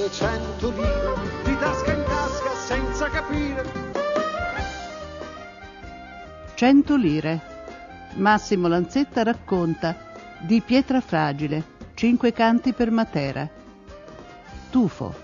le 100 lire di tasca in tasca senza capire. 100 lire. Massimo Lanzetta racconta di Pietrafragile, 5 canti per Matera. Tufo.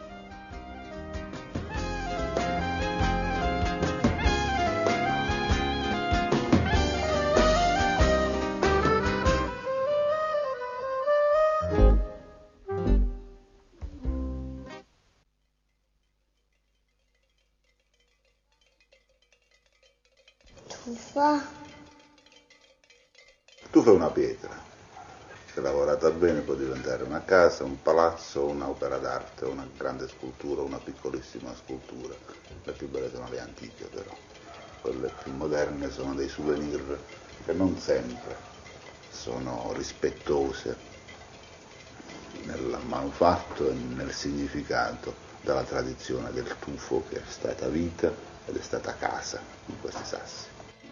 Tufo è una pietra, se lavorata bene può diventare una casa, un palazzo, un'opera d'arte, una grande scultura, una piccolissima scultura. Le più belle sono le antiche però, quelle più moderne sono dei souvenir che non sempre sono rispettose nel manufatto e nel significato della tradizione del tufo che è stata vita ed è stata casa in questi sassi.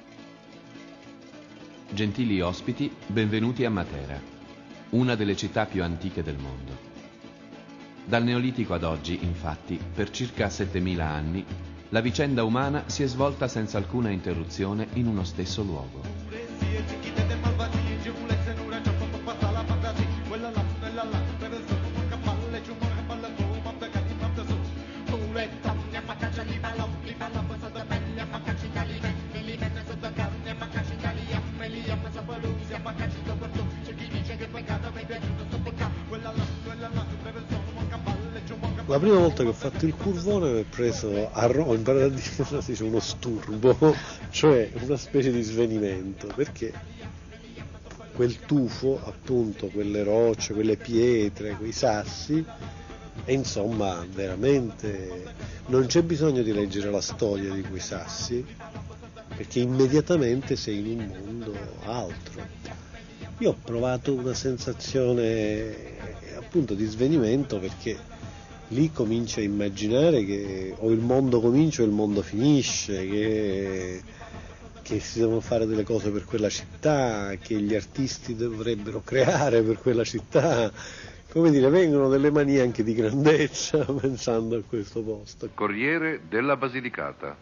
Gentili ospiti, benvenuti a Matera, una delle città più antiche del mondo. Dal Neolitico ad oggi, infatti, per circa 7000 anni, la vicenda umana si è svolta senza alcuna interruzione in uno stesso luogo. La prima volta che ho fatto il curvone mi ho preso a Roma, ho imparato a dire uno sturbo, cioè una specie di svenimento, perché quel tufo, appunto, quelle rocce, quelle pietre, quei sassi, e insomma veramente non c'è bisogno di leggere la storia di quei sassi, perché immediatamente sei in un mondo altro. Io ho provato una sensazione appunto di svenimento, perché lì cominci a immaginare che o il mondo comincia o il mondo finisce, che si devono fare delle cose per quella città, che gli artisti dovrebbero creare per quella città. Come dire, vengono delle manie anche di grandezza pensando a questo posto. Corriere della Basilicata.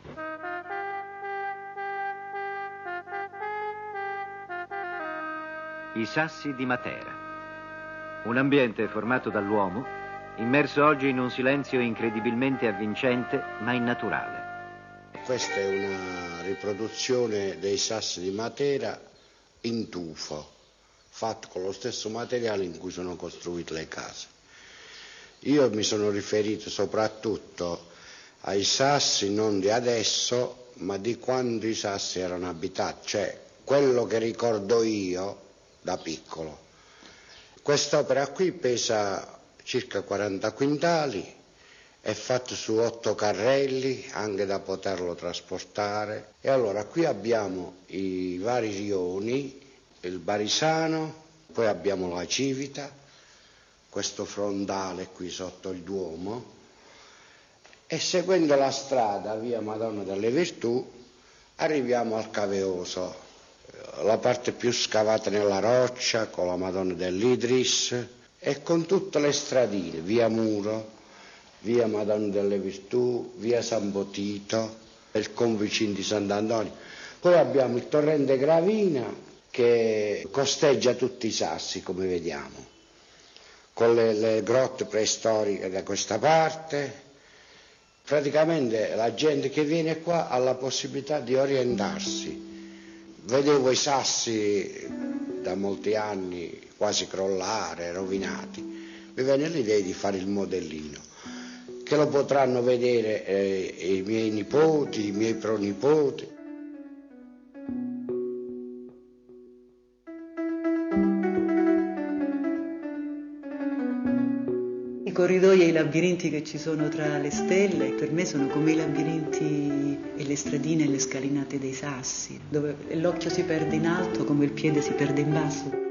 I sassi di Matera. Un ambiente formato dall'uomo, immerso oggi in un silenzio incredibilmente avvincente ma innaturale. Questa è una riproduzione dei sassi di Matera in tufo, fatto con lo stesso materiale in cui sono costruite le case. Io mi sono riferito soprattutto ai sassi non di adesso, ma di quando i sassi erano abitati, cioè quello che ricordo io da piccolo. Quest'opera qui pesa circa 40 quintali, è fatto su 8 carrelli, anche da poterlo trasportare. E allora qui abbiamo i vari rioni, il Barisano, poi abbiamo la Civita, questo frontale qui sotto il Duomo, e seguendo la strada via Madonna delle Virtù arriviamo al Caveoso, la parte più scavata nella roccia, con la Madonna dell'Idris, e con tutte le stradine, via Muro, via Madonna delle Virtù, via San Botito, il convicino di Sant'Antonio. Poi abbiamo il torrente Gravina che costeggia tutti i sassi, come vediamo, con le grotte preistoriche da questa parte. Praticamente la gente che viene qua ha la possibilità di orientarsi. Vedevo i sassi da molti anni quasi crollare, rovinati. Mi venne l'idea di fare il modellino, che lo potranno vedere i miei nipoti, i miei pronipoti. I corridoi e i labirinti che ci sono tra le stelle, per me sono come i labirinti e le stradine e le scalinate dei sassi, dove l'occhio si perde in alto come il piede si perde in basso.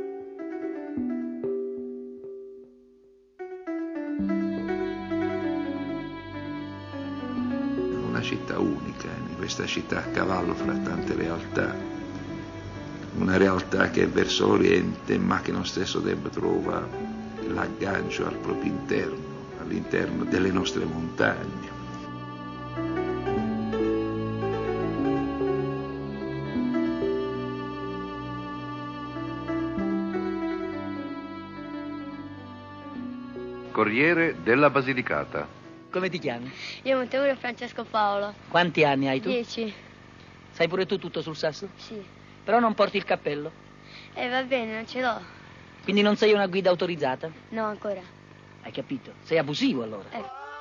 Una città unica, in questa città a cavallo fra tante realtà, una realtà che è verso l'Oriente ma che nello stesso tempo trova l'aggancio al proprio interno, all'interno delle nostre montagne. Corriere della Basilicata. Come ti chiami? Io Montemuro Francesco Paolo. Quanti anni hai tu? 10. Sai pure tu tutto sul sasso? Sì. Però non porti il cappello. Va bene, non ce l'ho. Quindi non sei una guida autorizzata? No, ancora. Hai capito? Sei abusivo allora.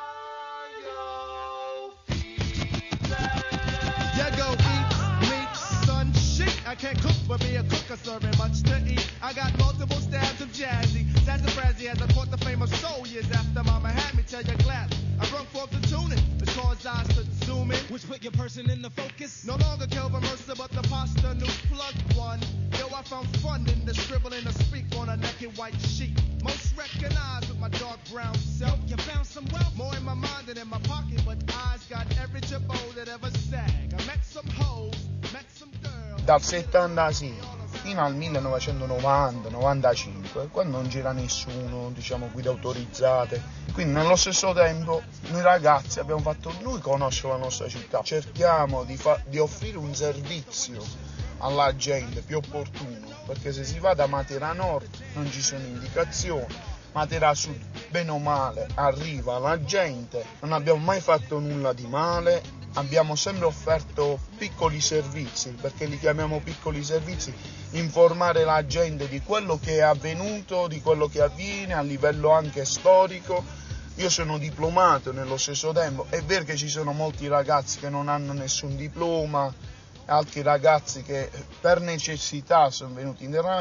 I can't cook, but be a cooker serving much to eat. I got multiple styles of jazzy, sassafrazzy as I caught the famous soul years after Mama had me tell you gladly. I broke forth the tuning, because I stood zooming, which put your person in the focus. No longer Kelvin Mercer, but the pasta new plug one. Yo, I found fun in the scribbling a speak on a naked white sheet. Most recognized with my dark brown self. You found some wealth, more in my mind than in my pocket, but eyes got every chippo that ever sag. I met some hoes, met some girls. Dal 76 fino al 1990-95, quando non c'era nessuno, diciamo, guide autorizzate. Quindi nello stesso tempo noi ragazzi abbiamo fatto noi conoscere la nostra città. Cerchiamo di offrire un servizio alla gente più opportuno, perché se si va da Matera Nord non ci sono indicazioni, Matera Sud bene o male arriva la gente, non abbiamo mai fatto nulla di male. Abbiamo sempre offerto piccoli servizi, perché li chiamiamo piccoli servizi, informare la gente di quello che è avvenuto, di quello che avviene a livello anche storico. Io sono diplomato nello stesso tempo, è vero che ci sono molti ragazzi che non hanno nessun diploma, altri ragazzi che per necessità sono venuti in terra.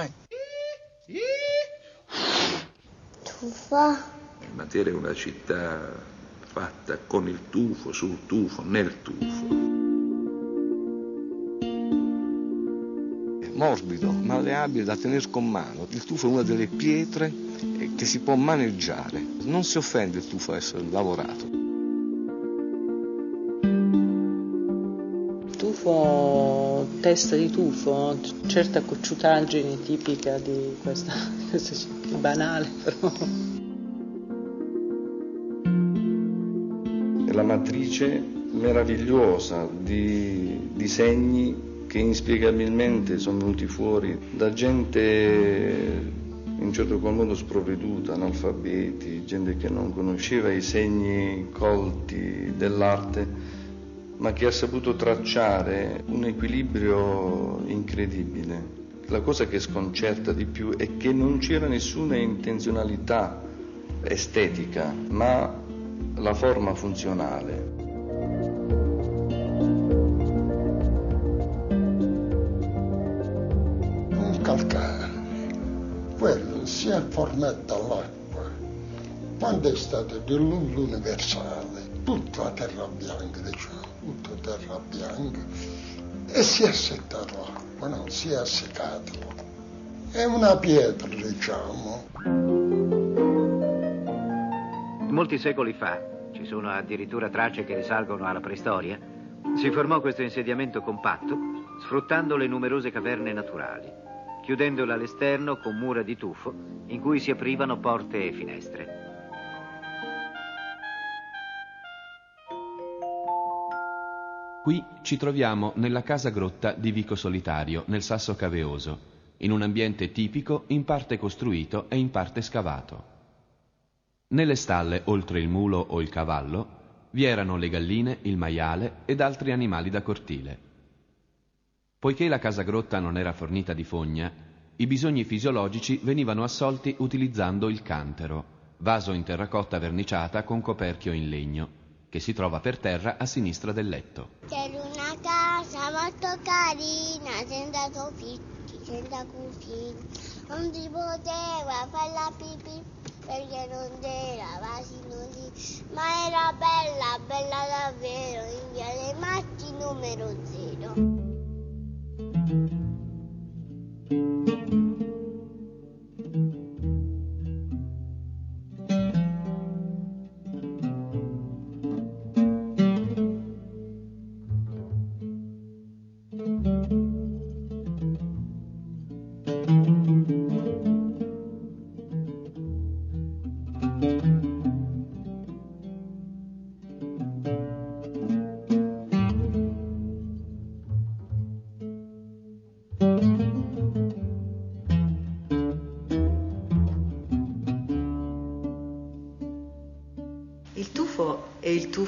Matera è una città fatta con il tufo, sul tufo, nel tufo. Morbido, malleabile, da tenere con mano. Il tufo è una delle pietre che si può maneggiare. Non si offende il tufo a essere lavorato. Tufo, testa di tufo, certa cocciutaggine tipica di questa banale però. La matrice meravigliosa di disegni che inspiegabilmente sono venuti fuori da gente in un certo qual modo sprovveduta, analfabeti, gente che non conosceva i segni colti dell'arte, ma che ha saputo tracciare un equilibrio incredibile. La cosa che sconcerta di più è che non c'era nessuna intenzionalità estetica, ma la forma funzionale. Un calcare, quello si è formato all'acqua. Quando è stato dell'universale, tutta terra bianca, diciamo, tutta terra bianca, e si è seccata l'acqua, no? Si è seccata l'acqua. È una pietra, diciamo. Molti secoli fa, ci sono addirittura tracce che risalgono alla preistoria, si formò questo insediamento compatto sfruttando le numerose caverne naturali, chiudendole all'esterno con mura di tufo in cui si aprivano porte e finestre. Qui ci troviamo nella casa grotta di Vico Solitario, nel Sasso Caveoso, in un ambiente tipico in parte costruito e in parte scavato. Nelle stalle, oltre il mulo o il cavallo, vi erano le galline, il maiale ed altri animali da cortile. Poiché la casa grotta non era fornita di fogna, i bisogni fisiologici venivano assolti utilizzando il cantero, vaso in terracotta verniciata con coperchio in legno, che si trova per terra a sinistra del letto. C'era una casa molto carina, senza soffitti, senza cucina, non si poteva fare la pipì perché non c'era vasino lì, ma era bella, bella davvero, in via dei Matti numero 0.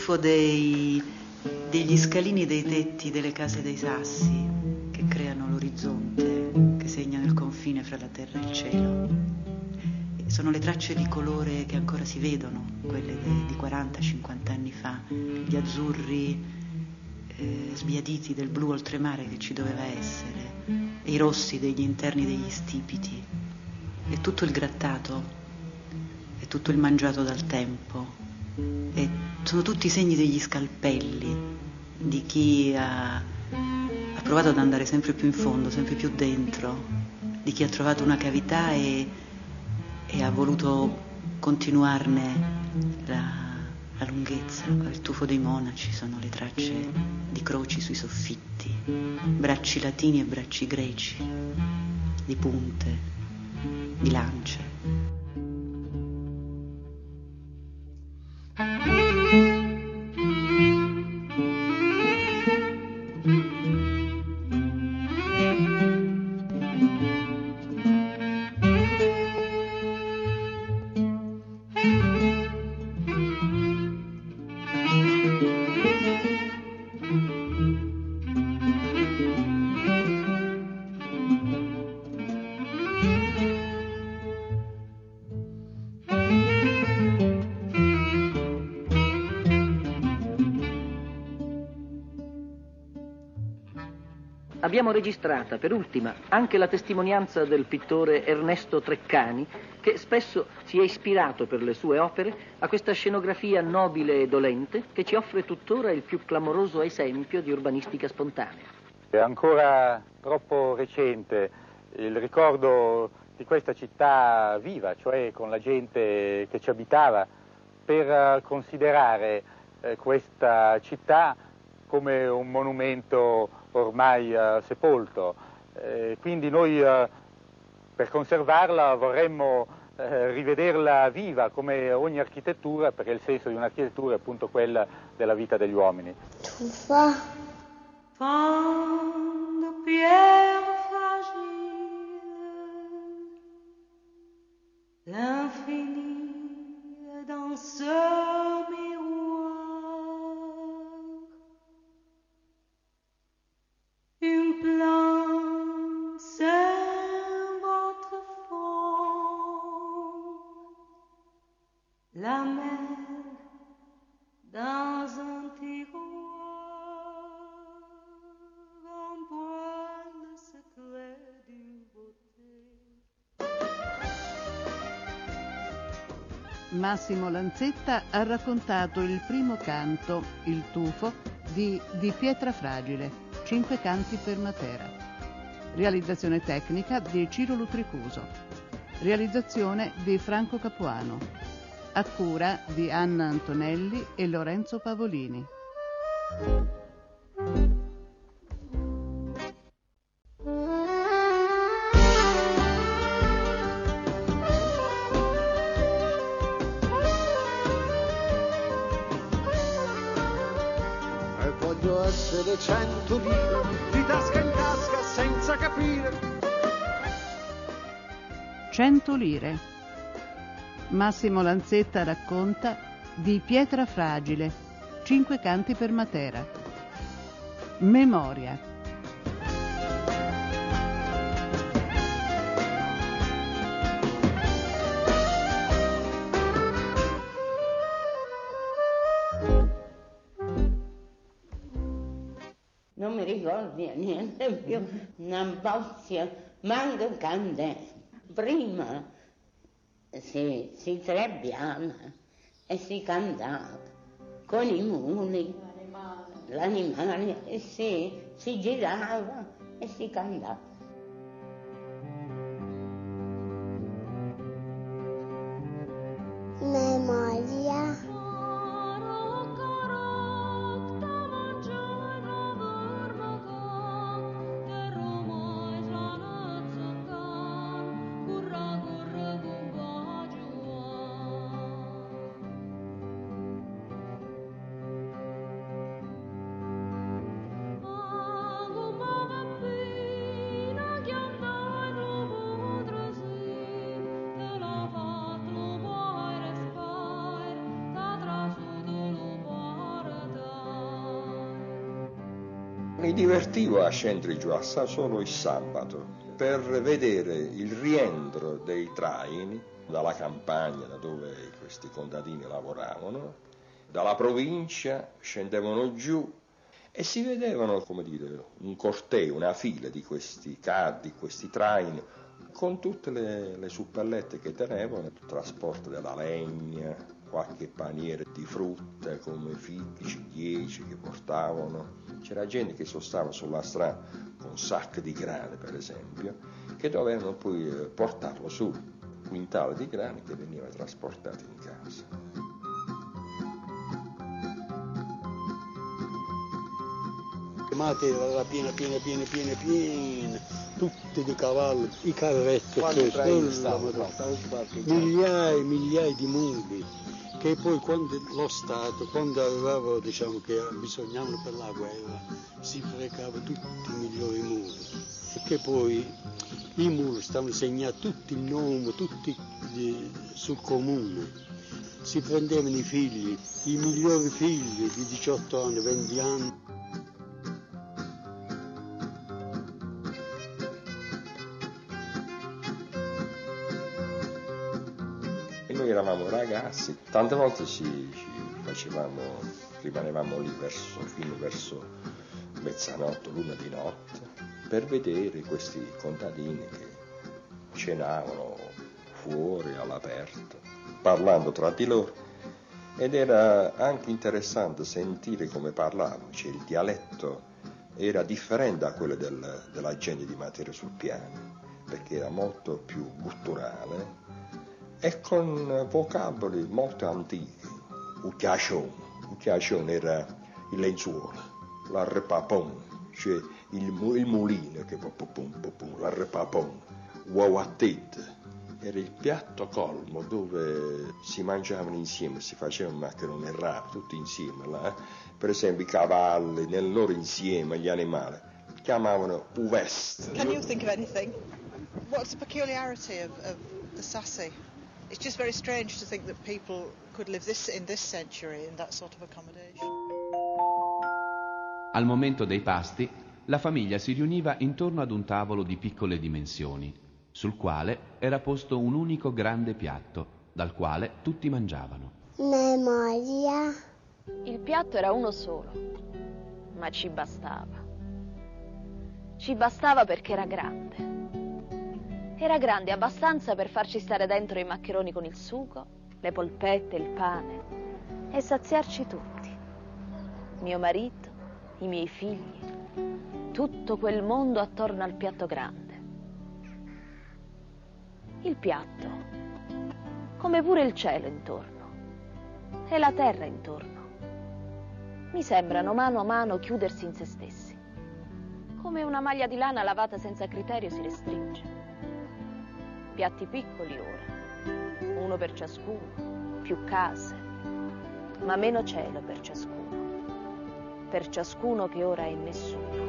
tufo degli scalini dei tetti delle case dei sassi che creano l'orizzonte, che segnano il confine fra la terra e il cielo. Sono le tracce di colore che ancora si vedono, quelle di 40-50 anni fa, gli azzurri sbiaditi del blu oltremare che ci doveva essere, e i rossi degli interni degli stipiti, e tutto il grattato, e tutto il mangiato dal tempo, e sono tutti i segni degli scalpelli di chi ha provato ad andare sempre più in fondo, sempre più dentro, di chi ha trovato una cavità e ha voluto continuarne la lunghezza. Il tufo dei monaci, sono le tracce di croci sui soffitti, bracci latini e bracci greci, di punte, di lance. Abbiamo registrata per ultima anche la testimonianza del pittore Ernesto Treccani, che spesso si è ispirato per le sue opere a questa scenografia nobile e dolente che ci offre tuttora il più clamoroso esempio di urbanistica spontanea. È ancora troppo recente il ricordo di questa città viva, cioè con la gente che ci abitava, per considerare questa città come un monumento ormai sepolto. Quindi noi per conservarla vorremmo rivederla viva come ogni architettura, perché il senso di un'architettura è appunto quella della vita degli uomini. Tuffa. Fond de pierre fragile, l'infini dans ce miroir, une plante c'est votre fond, la mer dans un tiroir. Massimo Lanzetta ha raccontato il primo canto, Il tufo, di Pietra Fragile, 5 canti per Matera. Realizzazione tecnica di Ciro Lutricuso. Realizzazione di Franco Capuano. A cura di Anna Antonelli e Lorenzo Pavolini. Voglio essere 100 lire di tasca in tasca senza capire. 100 lire. Massimo Lanzetta racconta di Pietra Fragile, 5 canti per Matera. Memoria. Non mi ricordo niente più, una bozza, manco candela. Prima si trebbiava e si cantava con i muli, l'animale, e si girava e si cantava. Memoria. Mi divertivo a scendere giù a solo il sabato per vedere il rientro dei traini dalla campagna, da dove questi contadini lavoravano, dalla provincia, scendevano giù e si vedevano, come dire, un corteo, una fila di questi carri, questi traini, con tutte le suppellette che tenevano, trasporto della legna, qualche paniere di frutta come fichi, ciliegie che portavano. C'era gente che sostava sulla strada con sacchi di grane, per esempio, che dovevano poi portarlo su, quintale di grani che veniva trasportato in casa. Matera era piena, tutti di cavalli, i carretti, migliaia di muli, che poi quando lo Stato, quando avevamo, diciamo, che bisognavano per la guerra, si fregava tutti i migliori muli, perché poi i muli stavano segnati tutti il nome, tutti sul comune, si prendevano i figli, i migliori figli di 18 anni, 20 anni. Noi eravamo ragazzi, tante volte rimanevamo lì fino verso mezzanotte, l'una di notte, per vedere questi contadini che cenavano fuori all'aperto, parlando tra di loro, ed era anche interessante sentire come parlavano, cioè il dialetto era differente da quello della gente di Matera sul Piano, perché era molto più gutturale e con vocaboli molto antichi. Ucciacione era il lenzuolo, l'arrepapon, cioè il mulino che l'arrepapon, uauatet, era il piatto colmo dove si mangiavano insieme, si facevano maccheroni e rap tutti insieme là. Per esempio i cavalli nel loro insieme, gli animali, chiamavano uvest. Can you think of anything? What's the peculiarity of the Sassy? It's just very strange to think that people could live in this century in that sort of accommodation. Al momento dei pasti, la famiglia si riuniva intorno ad un tavolo di piccole dimensioni, sul quale era posto un unico grande piatto, dal quale tutti mangiavano. Memoria. Il piatto era uno solo, ma ci bastava. Ci bastava perché era grande. Era grande abbastanza per farci stare dentro i maccheroni con il sugo, le polpette, il pane e saziarci tutti. Mio marito, i miei figli, tutto quel mondo attorno al piatto grande. Il piatto, come pure il cielo intorno e la terra intorno, mi sembrano mano a mano chiudersi in se stessi, come una maglia di lana lavata senza criterio si restringe. Piatti piccoli ora, uno per ciascuno, più case, ma meno cielo per ciascuno che ora è nessuno.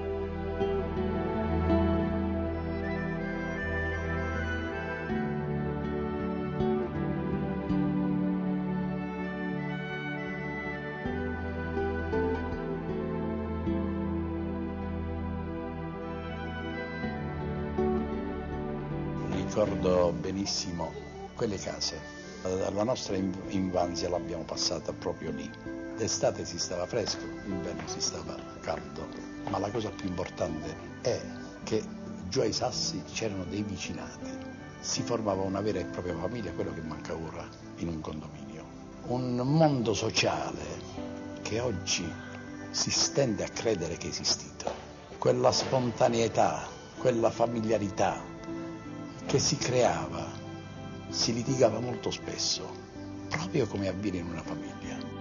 Ricordo benissimo quelle case. La nostra infanzia l'abbiamo passata proprio lì. D'estate si stava fresco, d'inverno si stava caldo, ma la cosa più importante è che giù ai Sassi c'erano dei vicinati, si formava una vera e propria famiglia, quello che manca ora in un condominio. Un mondo sociale che oggi si stende a credere che è esistito. Quella spontaneità, quella familiarità che si creava, si litigava molto spesso, proprio come avviene in una famiglia.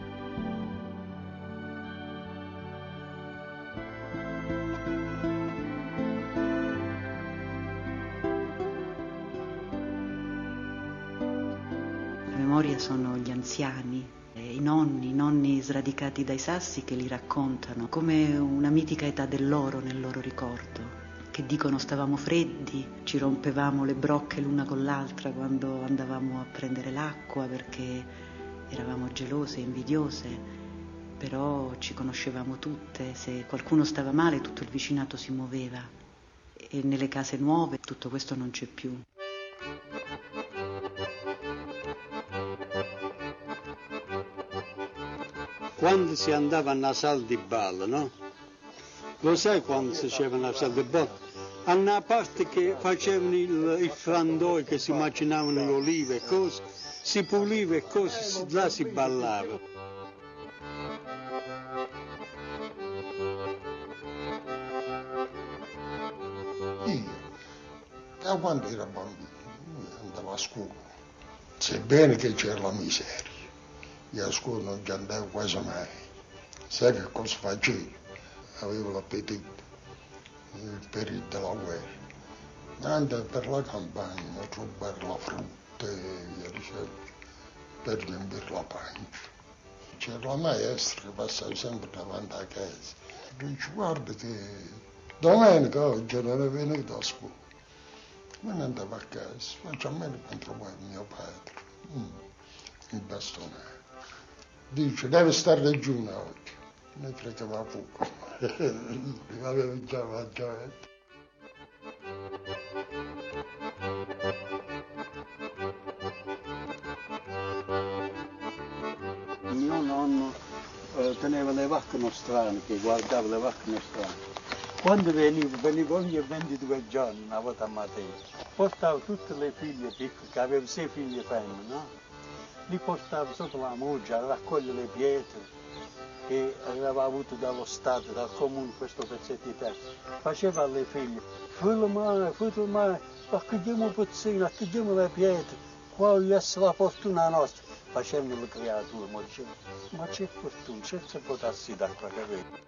La memoria sono gli anziani, i nonni sradicati dai Sassi che li raccontano come una mitica età dell'oro nel loro ricordo. Che dicono stavamo freddi, ci rompevamo le brocche l'una con l'altra quando andavamo a prendere l'acqua perché eravamo gelose, invidiose, però ci conoscevamo tutte, se qualcuno stava male tutto il vicinato si muoveva e nelle case nuove tutto questo non c'è più. Quando si andava a sala di ballo, no? Lo sai quando si faceva una sala di ballo? A una parte che facevano il frandoi, che si immaginavano le olive e cose, si puliva e cose, là si ballava. Io, da quando ero bambino, andavo a scuola, sebbene che c'era la miseria, io a scuola non ci andavo quasi mai. Sai che cosa facevo? Avevo l'appetito, il periodo della guerra. Andavo per la campagna a rubare la frutta e via dicendo, per riempire la pancia. C'era la maestra che passava sempre davanti a casa. Dice, guarda che domenica oggi non è venuto a scuola. Me ne andavo a casa, faccio a me non trovavo mio padre. Il bastone. Dice, deve stare digiuno oggi. Ne fregava poco. Avevo già mangiato. Mio nonno teneva le vacche nostrane, che guardava le vacche nostrane. Quando venivo ogni 22 giorni, una volta a Matera, portavo tutte le figlie piccole, che avevo 6 figlie femmine, no? Li portavo sotto la muggia a raccogliere le pietre che aveva avuto dallo Stato, dal comune, questo pezzetto di terra. Faceva alle figlie, figli mai, raccogliamo un pezzino, raccogliamo le pietre, quale è la fortuna nostra. Facevano le creature, ma dicevano, ma c'è fortuna, senza potersi d'acqua che vedi.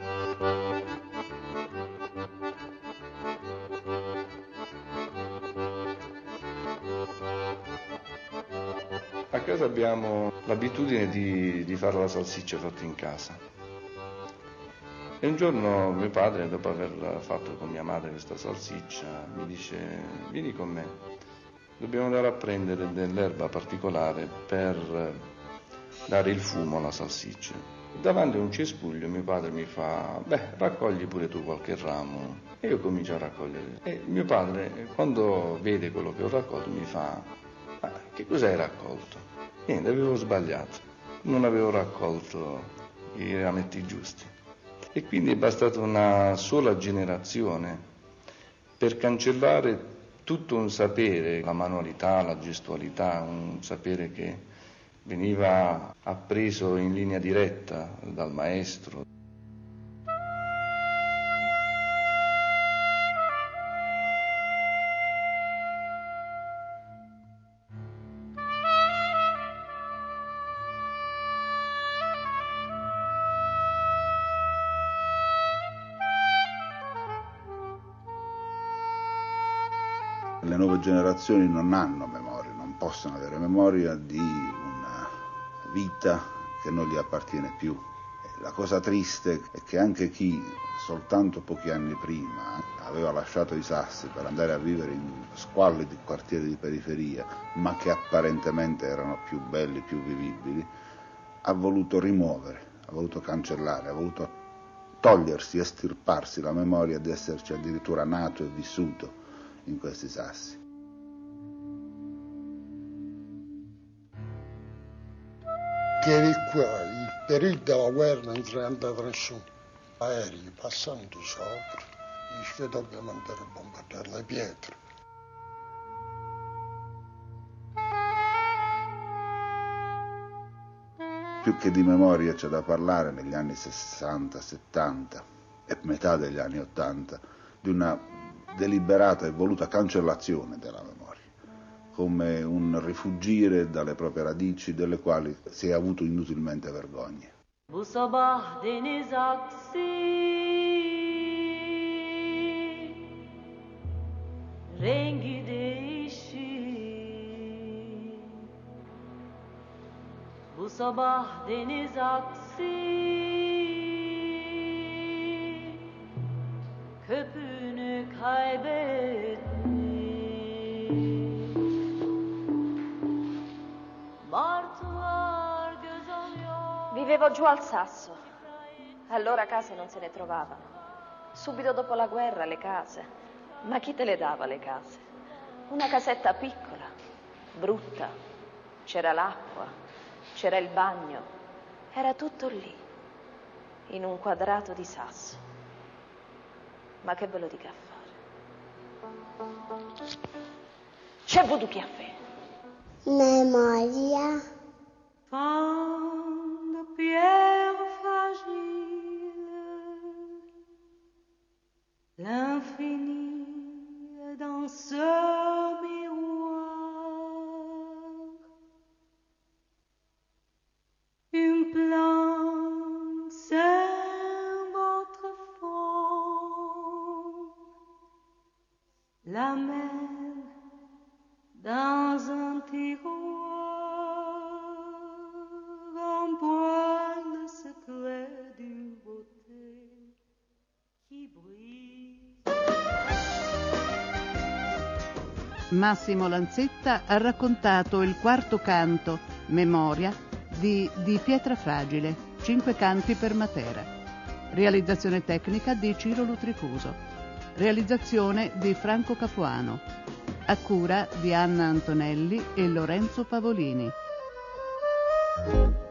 A casa abbiamo l'abitudine di fare la salsiccia fatta in casa. E un giorno mio padre, dopo aver fatto con mia madre questa salsiccia, mi dice, vieni con me, dobbiamo andare a prendere dell'erba particolare per dare il fumo alla salsiccia. Davanti a un cespuglio mio padre mi fa, raccogli pure tu qualche ramo. E io comincio a raccogliere. E mio padre, quando vede quello che ho raccolto, mi fa, che cos'hai raccolto? Niente, avevo sbagliato, non avevo raccolto i rametti giusti. E quindi è bastata una sola generazione per cancellare tutto un sapere, la manualità, la gestualità, un sapere che veniva appreso in linea diretta dal maestro. Le nuove generazioni non hanno memoria, non possono avere memoria di una vita che non gli appartiene più. La cosa triste è che anche chi soltanto pochi anni prima aveva lasciato i Sassi per andare a vivere in squallidi quartieri di periferia, ma che apparentemente erano più belli, più vivibili, ha voluto rimuovere, ha voluto cancellare, ha voluto togliersi, estirparsi la memoria di esserci addirittura nato e vissuto in questi Sassi. Che il periodo della guerra non si è andato nessuno. Aerei passando sopra, dice che dobbiamo andare a bombardare le pietre. Più che di memoria c'è da parlare negli anni 60, 70 e metà degli anni 80 di una deliberata e voluta cancellazione della memoria, come un rifugire dalle proprie radici delle quali si è avuto inutilmente vergogna. Bu sabah deniz aksi rengi değişir. Bu sabah deniz aksi köpüğünü kaybetmiş. Vive Vivevo giù al Sasso. Allora case non se ne trovavano. Subito dopo la guerra le case. Ma chi te le dava le case? Una casetta piccola, brutta. C'era l'acqua, c'era il bagno. Era tutto lì, in un quadrato di sasso. Ma che ve lo dica a fare? C'è voluto caffè. Memoria. Fond de pierre fragile, l'infini est dans ce miroir. Une plante, c'est votre forme, la mer dans un tiroir, un poil le secret d'une beauté qui brille. Massimo Lanzetta ha raccontato il quarto canto, Memoria, di Pietrafragile, 5 canti per Matera. Realizzazione tecnica di Ciro Lutricuso. Realizzazione di Franco Capuano. A cura di Anna Antonelli e Lorenzo Pavolini.